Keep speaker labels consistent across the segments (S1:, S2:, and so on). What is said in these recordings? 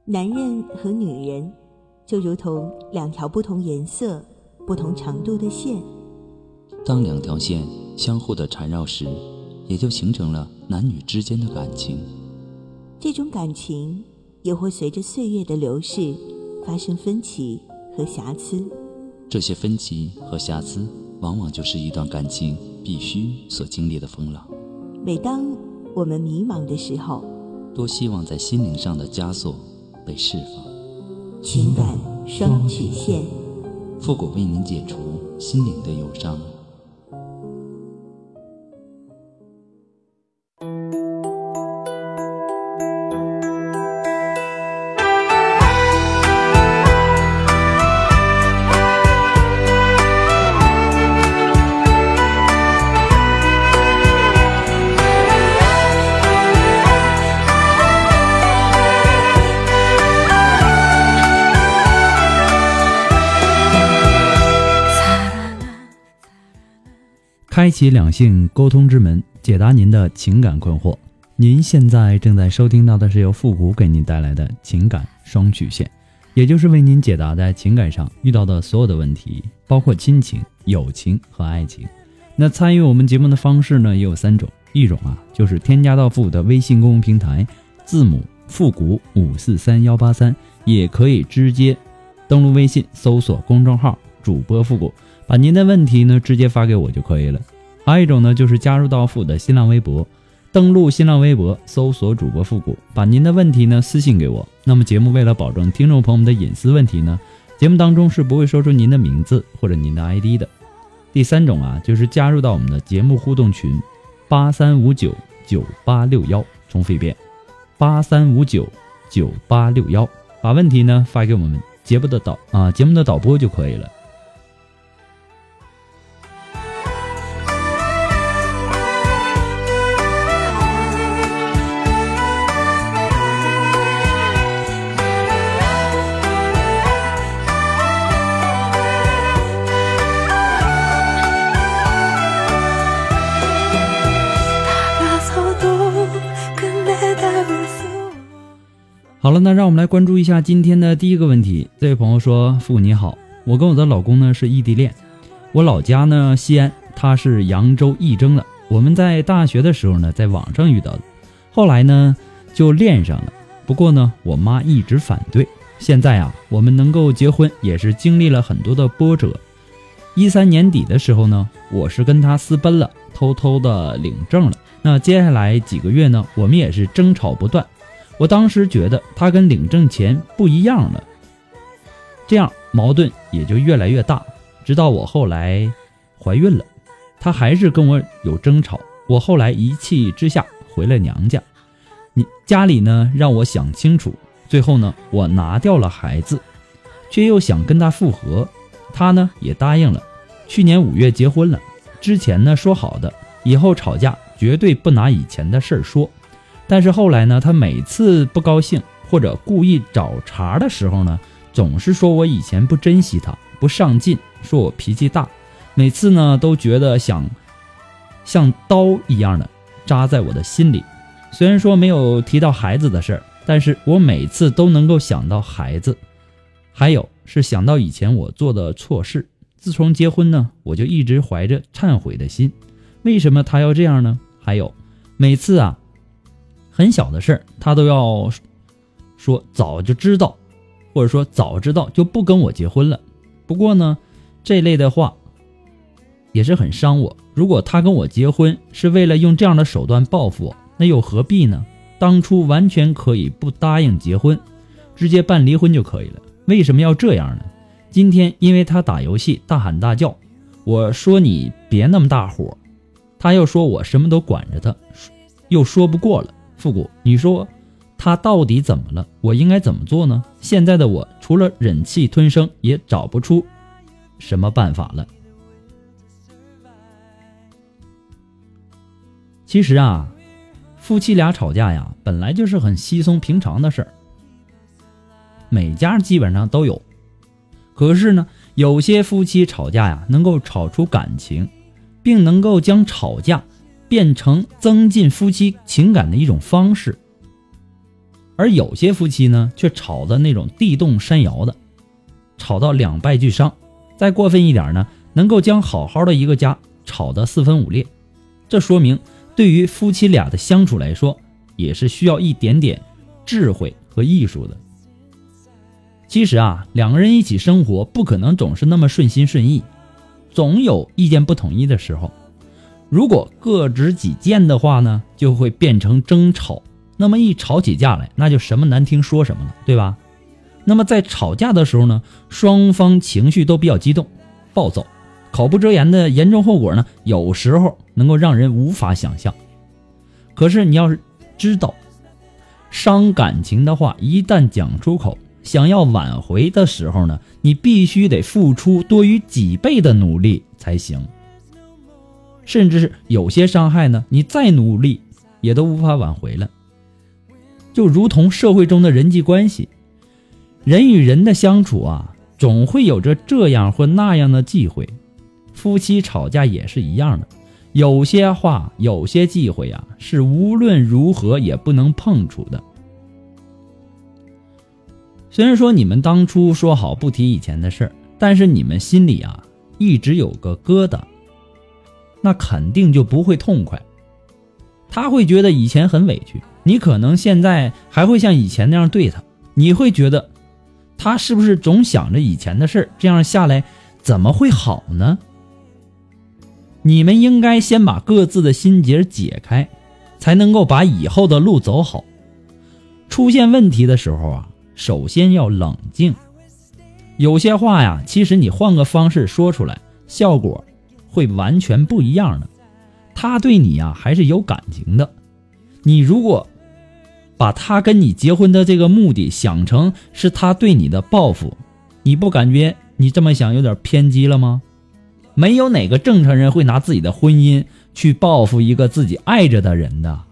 S1: 男人和女人就如同两条不同颜色、不同长度的线，
S2: 当两条线相互的缠绕时，也就形成了男女之间的感情。
S1: 这种感情也会随着岁月的流逝发生分歧和瑕疵，
S2: 这些分歧和瑕疵往往就是一段感情必须所经历的风浪。
S1: 每当我们迷茫的时候，
S2: 多希望在心灵上的枷锁被释放。
S1: 情感双曲线，
S2: 复古为您解除心灵的忧伤。
S3: 开启两性沟通之门，解答您的情感困惑。您现在正在收听到的是由复古给您带来的情感双曲线，也就是为您解答在情感上遇到的所有的问题，包括亲情、友情和爱情。那参与我们节目的方式呢，也有3种。一种就是添加到复古的微信公众平台，字母复古543183，也可以直接登录微信搜索公众号主播复古，把您的问题呢直接发给我就可以了。还有一种呢，就是加入到复古的新浪微博，登录新浪微博搜索主播复古，把您的问题呢私信给我。那么节目为了保证听众朋友们的隐私问题呢，节目当中是不会说出您的名字或者您的 ID 的。第3种就是加入到我们的节目互动群83599861，重复一遍83599861，把问题呢发给我们节目的导播就可以了。好了，那让我们来关注一下今天的第一个问题。这位朋友说，父你好，我跟我的老公呢是异地恋，我老家呢西安，他是扬州义征的，我们在大学的时候呢在网上遇到的，后来呢就恋上了，不过呢我妈一直反对，现在我们能够结婚也是经历了很多的波折。13年底的时候呢，我是跟他私奔了，偷偷的领证了，那接下来几个月呢我们也是争吵不断，我当时觉得他跟领证前不一样了，这样矛盾也就越来越大，直到我后来怀孕了，他还是跟我有争吵，我后来一气之下回了娘家，家里呢让我想清楚，最后呢我拿掉了孩子，却又想跟他复合，他呢也答应了，去年5月结婚了，之前呢说好的以后吵架绝对不拿以前的事说，但是后来呢他每次不高兴或者故意找茬的时候呢，总是说我以前不珍惜他，不上进，说我脾气大，每次呢都觉得像刀一样的扎在我的心里。虽然说没有提到孩子的事儿，但是我每次都能够想到孩子，还有是想到以前我做的错事。自从结婚呢，我就一直怀着忏悔的心，为什么他要这样呢？还有每次很小的事儿他都要说早就知道，或者说早知道就不跟我结婚了。不过呢这类的话也是很伤我，如果他跟我结婚是为了用这样的手段报复我，那又何必呢？当初完全可以不答应结婚，直接办离婚就可以了，为什么要这样呢？今天因为他打游戏大喊大叫，我说你别那么大火，他又说我什么都管着他，又说不过了。复古，你说他到底怎么了？我应该怎么做呢？现在的我除了忍气吞声也找不出什么办法了。其实夫妻俩吵架本来就是很稀松平常的事儿，每家基本上都有。可是呢有些夫妻吵架能够吵出感情，并能够将吵架变成增进夫妻情感的一种方式。 而有些夫妻呢，却吵得那种地动山摇的，吵到两败俱伤。再过分一点呢，能够将好好的一个家吵得四分五裂。这说明对于夫妻俩的相处来说，也是需要一点点智慧和艺术的。其实啊，两个人一起生活不可能总是那么顺心顺意，总有意见不统一的时候。如果各执己见的话呢，就会变成争吵，那么一吵起架来，那就什么难听说什么了，对吧？那么在吵架的时候呢，双方情绪都比较激动暴躁，口不择言的严重后果呢，有时候能够让人无法想象。可是你要是知道，伤感情的话一旦讲出口，想要挽回的时候呢，你必须得付出多于几倍的努力才行。甚至是有些伤害呢，你再努力也都无法挽回了。就如同社会中的人际关系，人与人的相处啊，总会有着这样或那样的忌讳。夫妻吵架也是一样的，有些话有些忌讳啊，是无论如何也不能碰触的。虽然说你们当初说好不提以前的事儿，但是你们心里啊一直有个疙瘩，那肯定就不会痛快。他会觉得以前很委屈，你可能现在还会像以前那样对他，你会觉得他是不是总想着以前的事，这样下来怎么会好呢？你们应该先把各自的心结解开，才能够把以后的路走好。出现问题的时候啊，首先要冷静。有些话呀，其实你换个方式说出来，效果会完全不一样的。他对你呀还是有感情的，你如果把他跟你结婚的这个目的想成是他对你的报复，你不感觉你这么想有点偏激了吗？没有哪个正常人会拿自己的婚姻去报复一个自己爱着的人的。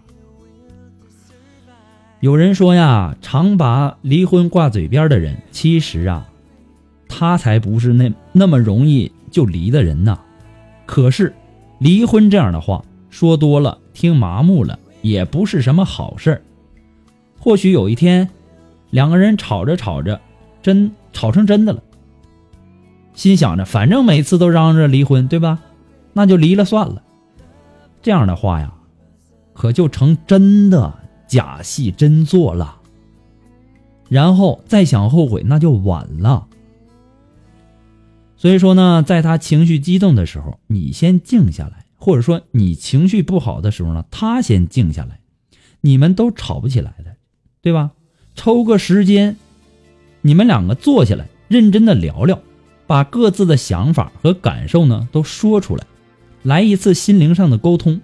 S3: 有人说呀，常把离婚挂嘴边的人，其实啊，他才不是那么容易就离的人呐。可是离婚这样的话说多了，听麻木了，也不是什么好事儿。或许有一天两个人吵着吵着吵成真的了，心想着反正每次都嚷着离婚，对吧？那就离了算了。这样的话呀，可就成真的假戏真做了，然后再想后悔那就晚了。所以说呢，在他情绪激动的时候，你先静下来，或者说你情绪不好的时候呢，他先静下来，你们都吵不起来的，对吧？抽个时间，你们两个坐下来认真的聊聊，把各自的想法和感受呢都说出来，来一次心灵上的沟通。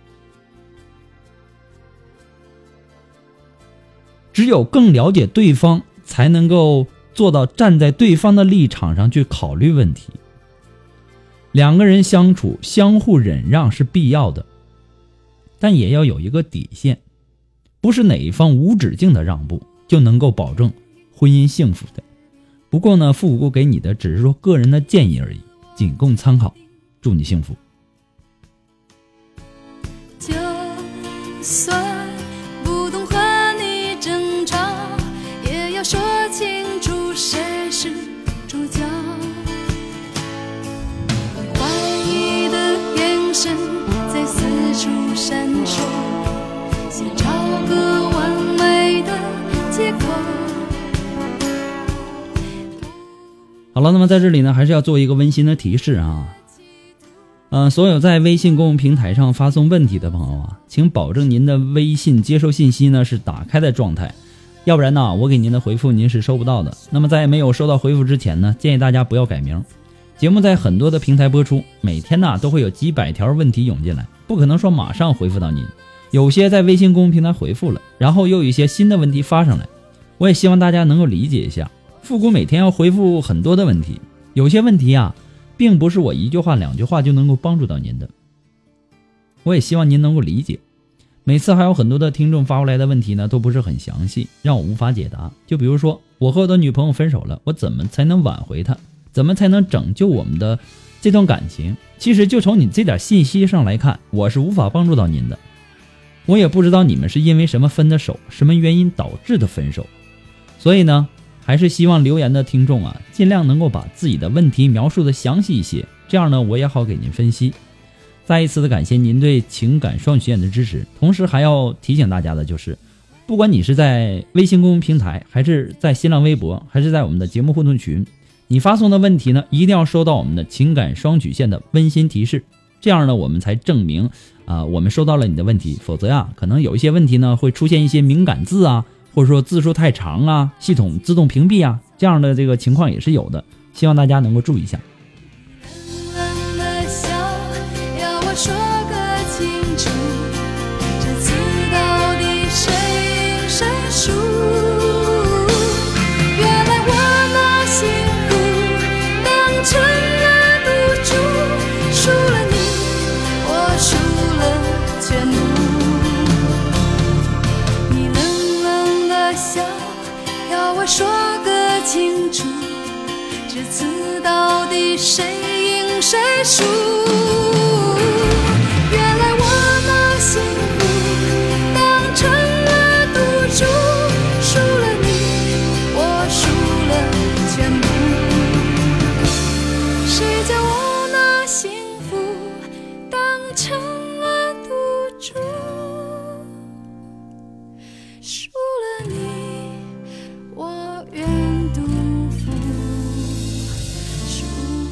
S3: 只有更了解对方，才能够做到站在对方的立场上去考虑问题。两个人相处，相互忍让是必要的，但也要有一个底线，不是哪一方无止境的让步就能够保证婚姻幸福的。不过呢，复古给你的只是说个人的建议而已，仅供参考。祝你幸福。
S4: 就算不懂和你争吵，也要说清楚谁是主角。怀疑的眼神在四处闪烁，想找个完美的借口。
S3: 好了，那么在这里呢，还是要做一个温馨的提示啊。所有在微信公众平台上发送问题的朋友啊，请保证您的微信接收信息呢是打开的状态，要不然呢，我给您的回复您是收不到的。那么在没有收到回复之前呢，建议大家不要改名。节目在很多的平台播出，每天呢都会有几百条问题涌进来，不可能说马上回复到您。有些在微信公众平台回复了，然后又有一些新的问题发上来，我也希望大家能够理解一下。复古每天要回复很多的问题，有些问题啊，并不是我一句话两句话就能够帮助到您的，我也希望您能够理解。每次还有很多的听众发过来的问题呢，都不是很详细，让我无法解答。就比如说，我和我的女朋友分手了，我怎么才能挽回她？怎么才能拯救我们的这段感情？其实就从你这点信息上来看，我是无法帮助到您的。 我也不知道你们是因为什么分的手，什么原因导致的分手。所以呢，还是希望留言的听众啊，尽量能够把自己的问题描述的详细一些，这样呢，我也好给您分析。再一次的感谢您对情感双曲线的支持，同时还要提醒大家的就是，不管你是在微信公众平台，还是在新浪微博，还是在我们的节目互动群，你发送的问题呢，一定要收到我们的情感双曲线的温馨提示，这样呢，我们才证明我们收到了你的问题，否则呀，可能有一些问题呢会出现一些敏感字啊，或者说字数太长啊，系统自动屏蔽啊，这样的这个情况也是有的，希望大家能够注意一下。
S4: 冷的笑，要我说个清楚，这次到底谁赢谁输？原来我那幸福当成了赌注，输了你，我输了全部。你冷冷的笑，要我说个清楚，这次到底谁赢谁输？原来我那幸福当成了赌注，输了你，我输了全部。谁叫我那幸福当成了赌注，输了你，我愿赌服输。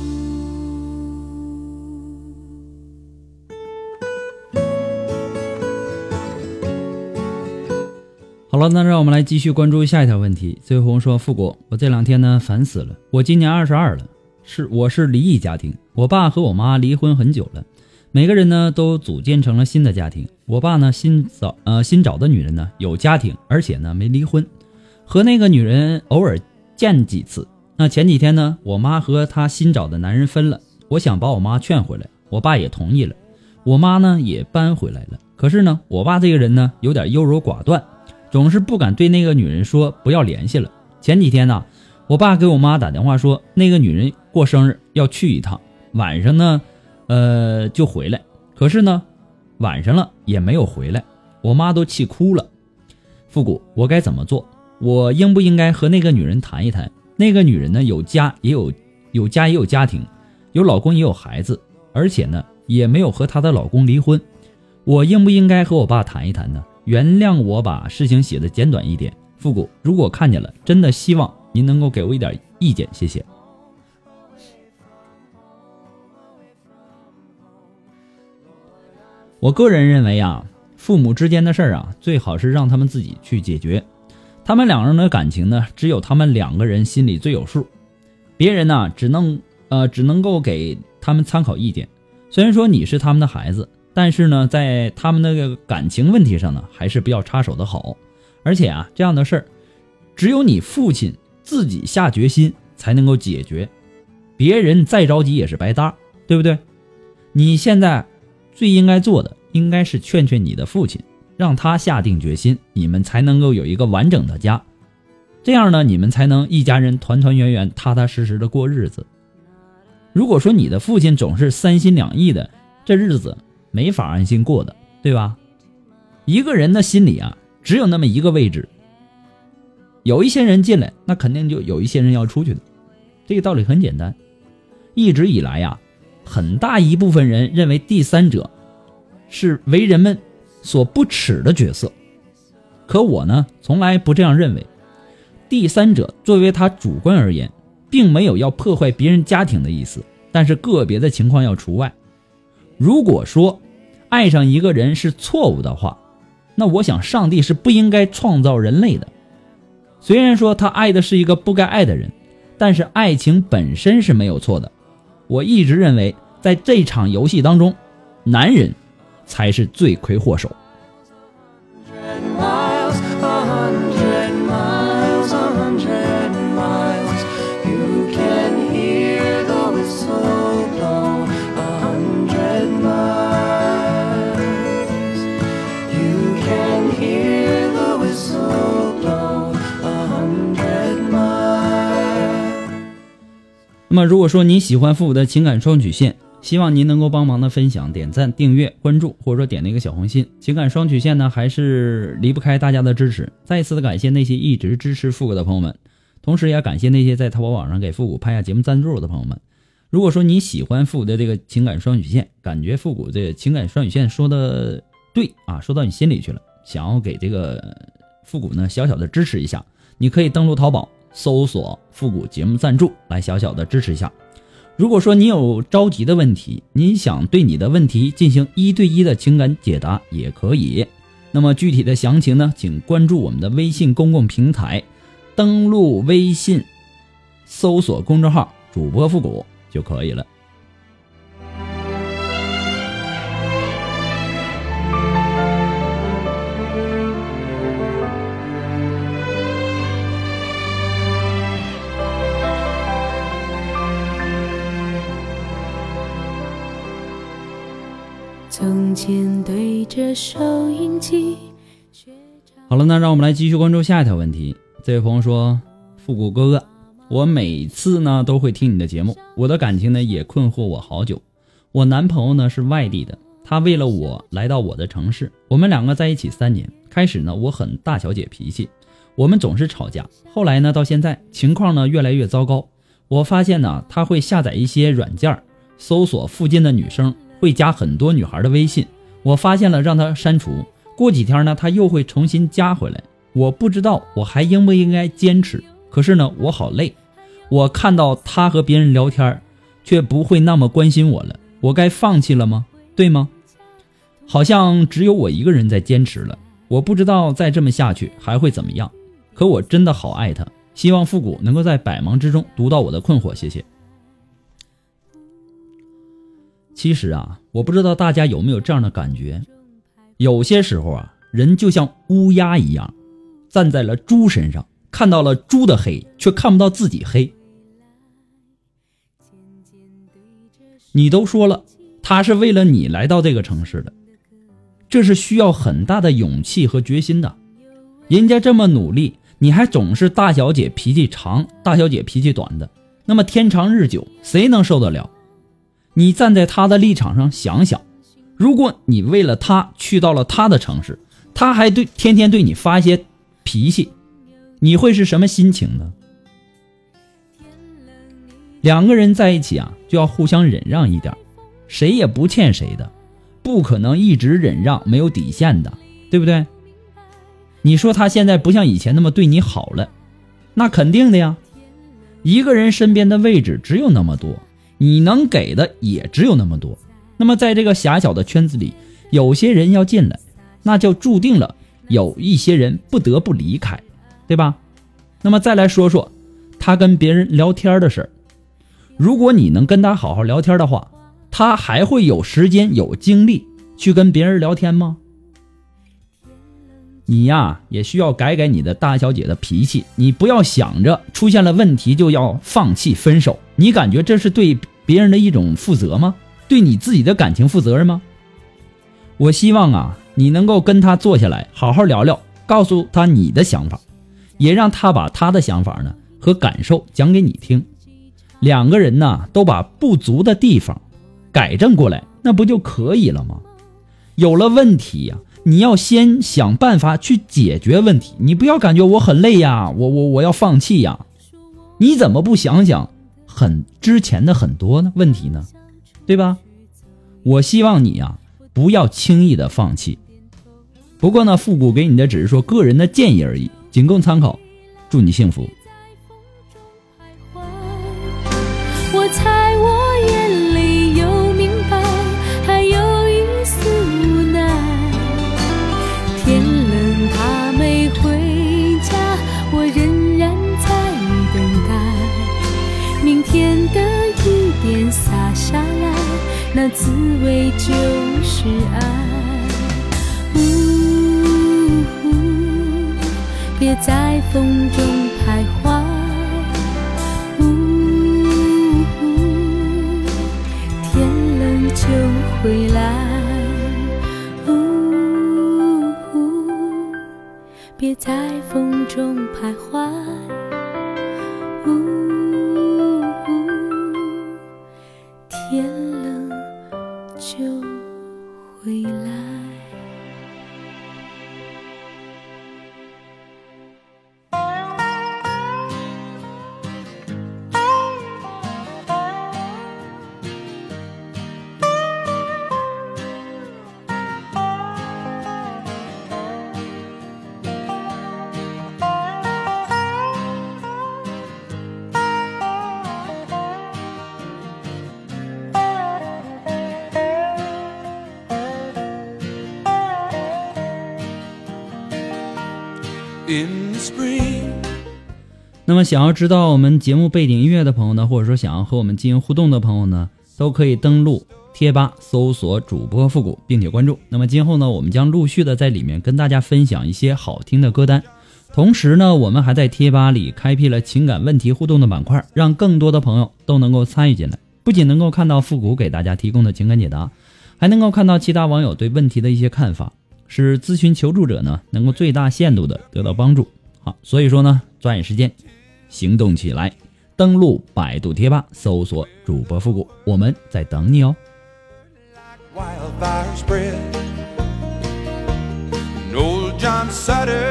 S3: 好了，那让我们来继续关注下一条问题。醉红说，富国，我这两天呢烦死了，我今年22了，我是离异家庭，我爸和我妈离婚很久了，每个人呢都组建成了新的家庭。我爸呢新找的女人呢有家庭，而且呢没离婚，和那个女人偶尔见几次。那前几天呢，我妈和她新找的男人分了，我想把我妈劝回来，我爸也同意了，我妈呢也搬回来了。可是呢，我爸这个人呢有点优柔寡断，总是不敢对那个女人说不要联系了。前几天呢，我爸给我妈打电话说那个女人过生日要去一趟，晚上呢就回来，可是呢晚上了也没有回来，我妈都气哭了。复古，我该怎么做？我应不应该和那个女人谈一谈？那个女人呢有家也有家庭，有老公也有孩子，而且呢也没有和她的老公离婚，我应不应该和我爸谈一谈呢？原谅我把事情写得简短一点，复古，如果看见了，真的希望您能够给我一点意见，谢谢。我个人认为啊，父母之间的事儿啊，最好是让他们自己去解决。他们两人的感情呢，只有他们两个人心里最有数，别人呢只能够给他们参考意见。虽然说你是他们的孩子，但是呢，在他们那个感情问题上呢，还是不要插手的好。而且啊，这样的事儿，只有你父亲自己下决心才能够解决，别人再着急也是白搭，对不对？你现在最应该做的，应该是劝劝你的父亲，让他下定决心，你们才能够有一个完整的家。这样呢，你们才能一家人团团圆圆、踏踏实实的过日子。如果说你的父亲总是三心两意的，这日子没法安心过的，对吧？一个人的心里啊，只有那么一个位置，有一些人进来，那肯定就有一些人要出去的，这个道理很简单。一直以来啊，很大一部分人认为第三者是为人们所不耻的角色，可我呢，从来不这样认为。第三者作为他主观而言，并没有要破坏别人家庭的意思，但是个别的情况要除外。如果说爱上一个人是错误的话，那我想上帝是不应该创造人类的。虽然说他爱的是一个不该爱的人，但是爱情本身是没有错的。我一直认为，在这场游戏当中，男人才是罪魁祸首。那么如果说你喜欢复古的情感双曲线， 希望您能够帮忙的分享、点赞、订阅、关注，或者说点那个小红心。情感双曲线呢，还是离不开大家的支持。再一次的感谢那些一直支持复古的朋友们，同时也感谢那些在淘宝网上给复古拍下节目赞助的朋友们。如果说你喜欢复古的这个情感双曲线，感觉复古这个情感双曲线说的对啊，说到你心里去了，想要给这个复古呢小小的支持一下，你可以登录淘宝搜索复古节目赞助来小小的支持一下。如果说你有着急的问题，你想对你的问题进行1对1的情感解答也可以。那么具体的详情呢，请关注我们的微信公共平台，登录微信搜索公众号主播复古就可以了。
S4: 从前对着收音机。
S3: 好了，那让我们来继续关注下一条问题。这位朋友说，复古哥哥，我每次呢都会听你的节目，我的感情呢也困惑我好久。我男朋友呢是外地的，他为了我来到我的城市，我们两个在一起3年。开始呢我很大小姐脾气，我们总是吵架，后来呢到现在情况呢越来越糟糕。我发现呢他会下载一些软件，搜索附近的女生，会加很多女孩的微信，我发现了让他删除，过几天呢他又会重新加回来。我不知道我还应不应该坚持，可是呢我好累，我看到他和别人聊天却不会那么关心我了，我该放弃了吗？对吗？好像只有我一个人在坚持了，我不知道再这么下去还会怎么样，可我真的好爱他，希望复古能够在百忙之中读到我的困惑，谢谢。其实啊，我不知道大家有没有这样的感觉，有些时候啊，人就像乌鸦一样，站在了猪身上，看到了猪的黑，却看不到自己黑。你都说了，他是为了你来到这个城市的，这是需要很大的勇气和决心的。人家这么努力，你还总是大小姐脾气长，大小姐脾气短的，那么天长日久，谁能受得了？你站在他的立场上想想，如果你为了他去到了他的城市，他还天天对你发一些脾气，你会是什么心情呢？两个人在一起啊，就要互相忍让一点，谁也不欠谁的，不可能一直忍让没有底线的，对不对？你说他现在不像以前那么对你好了，那肯定的呀，一个人身边的位置只有那么多，你能给的也只有那么多。那么在这个狭小的圈子里，有些人要进来，那就注定了有一些人不得不离开，对吧？那么再来说说他跟别人聊天的事儿，如果你能跟他好好聊天的话，他还会有时间有精力去跟别人聊天吗？你呀，也需要改改你的大小姐的脾气，你不要想着出现了问题就要放弃分手，你感觉这是对别人的一种负责吗？对你自己的感情负责任吗？我希望啊，你能够跟他坐下来好好聊聊，告诉他你的想法，也让他把他的想法呢和感受讲给你听。两个人呢都把不足的地方改正过来，那不就可以了吗？有了问题呀，你要先想办法去解决问题，你不要感觉我很累呀，我要放弃呀。你怎么不想想之前的很多呢问题呢？对吧？我希望你呀不要轻易的放弃。不过呢，复古给你的只是说个人的建议而已，仅供参考。祝你幸福。
S4: 我猜我眼里有明白，还有一丝无奈。天冷他没回家，我仍然在等待。明天的雨点洒下来，那滋味就是爱。别在风中徘徊，天冷就回来。别在风中徘徊，天冷
S5: in the spring.
S3: 那么想要知道我们节目背景音乐的朋友呢，或者说想要和我们进行互动的朋友呢，都可以登录贴吧搜索主播复古并且关注。那么今后呢，我们将陆续的在里面跟大家分享一些好听的歌单，同时呢，我们还在贴吧里开辟了情感问题互动的板块，让更多的朋友都能够参与进来，不仅能够看到复古给大家提供的情感解答，还能够看到其他网友对问题的一些看法，使咨询求助者呢能够最大限度的得到帮助。好，所以说呢，抓紧时间行动起来，登录百度贴吧搜索主播复古，我们在等你哦。
S5: Wildfire spread, and old John Sutter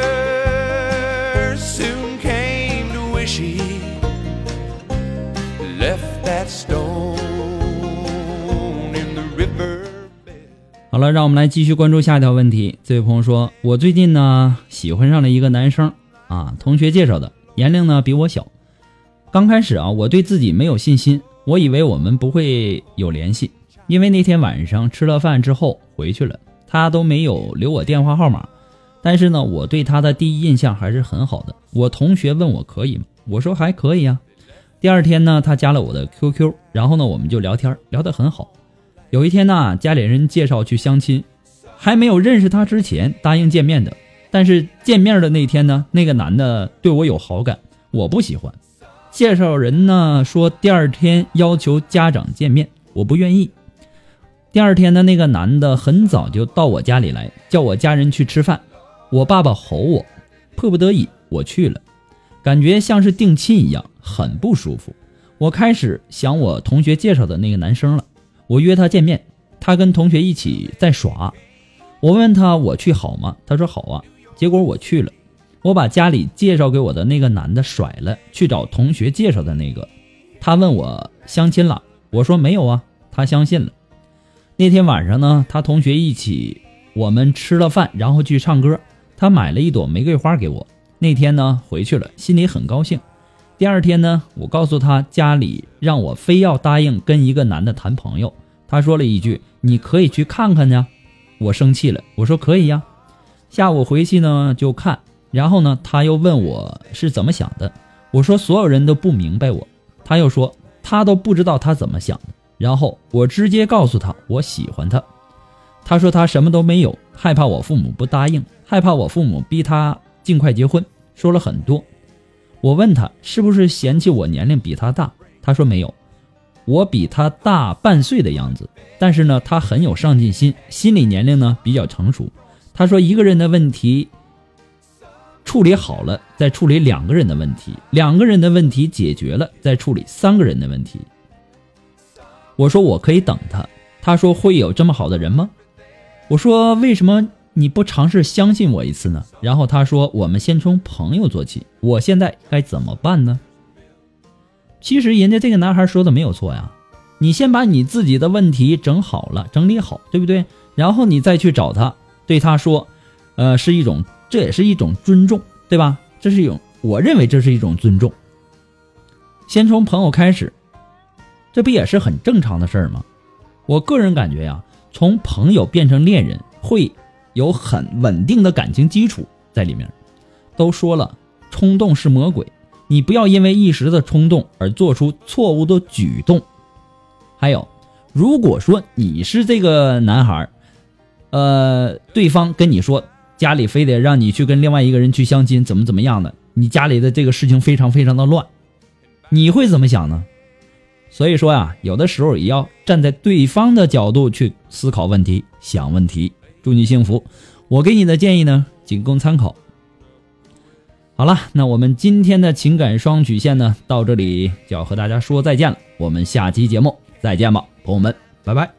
S5: soon came to wish he left that stone in the river bed.
S3: 好了，让我们来继续关注下一条问题。这位朋友说，我最近呢喜欢上了一个男生啊，同学介绍的，年龄呢比我小。刚开始啊，我对自己没有信心，我以为我们不会有联系，因为那天晚上吃了饭之后回去了，他都没有留我电话号码。但是呢，我对他的第一印象还是很好的。我同学问我可以吗？我说还可以啊。第二天呢，他加了我的 QQ， 然后呢，我们就聊天，聊得很好。有一天呢，家里人介绍去相亲，还没有认识他之前答应见面的。但是见面的那天呢，那个男的对我有好感，我不喜欢。介绍人呢说第二天要求家长见面，我不愿意。第二天呢，那个男的很早就到我家里来，叫我家人去吃饭。我爸爸吼我，迫不得已我去了，感觉像是定亲一样，很不舒服。我开始想我同学介绍的那个男生了，我约他见面，他跟同学一起在耍。我问他我去好吗？他说好啊。结果我去了，我把家里介绍给我的那个男的甩了，去找同学介绍的那个。他问我相亲了，我说没有啊，他相信了。那天晚上呢，他同学一起，我们吃了饭，然后去唱歌，他买了一朵玫瑰花给我。那天呢回去了，心里很高兴。第二天呢，我告诉他家里让我非要答应跟一个男的谈朋友，他说了一句你可以去看看呀。我生气了，我说可以呀。下午回去呢就看，然后呢他又问我是怎么想的，我说所有人都不明白我，他又说他都不知道他怎么想的，然后我直接告诉他我喜欢他。他说他什么都没有，害怕我父母不答应，害怕我父母逼他尽快结婚，说了很多。我问他是不是嫌弃我年龄比他大，他说没有，我比他大半岁的样子，但是呢他很有上进心，心理年龄呢比较成熟。他说一个人的问题处理好了，再处理两个人的问题，两个人的问题解决了，再处理三个人的问题。我说我可以等他。他说会有这么好的人吗？我说为什么你不尝试相信我一次呢？然后他说我们先从朋友做起，我现在该怎么办呢？其实人家这个男孩说的没有错呀，你先把你自己的问题整好了，整理好，对不对？然后你再去找他，对他说这也是一种尊重，对吧？我认为这是一种尊重。先从朋友开始，这不也是很正常的事儿吗？我个人感觉呀，从朋友变成恋人会有很稳定的感情基础在里面。都说了，冲动是魔鬼，你不要因为一时的冲动而做出错误的举动。还有，如果说你是这个男孩，对方跟你说家里非得让你去跟另外一个人去相亲，怎么样的，你家里的这个事情非常非常的乱，你会怎么想呢？所以说呀，有的时候也要站在对方的角度去思考问题，想问题。祝你幸福，我给你的建议呢仅供参考。好了，那我们今天的情感双曲线呢到这里就要和大家说再见了，我们下期节目再见吧，朋友们，拜拜。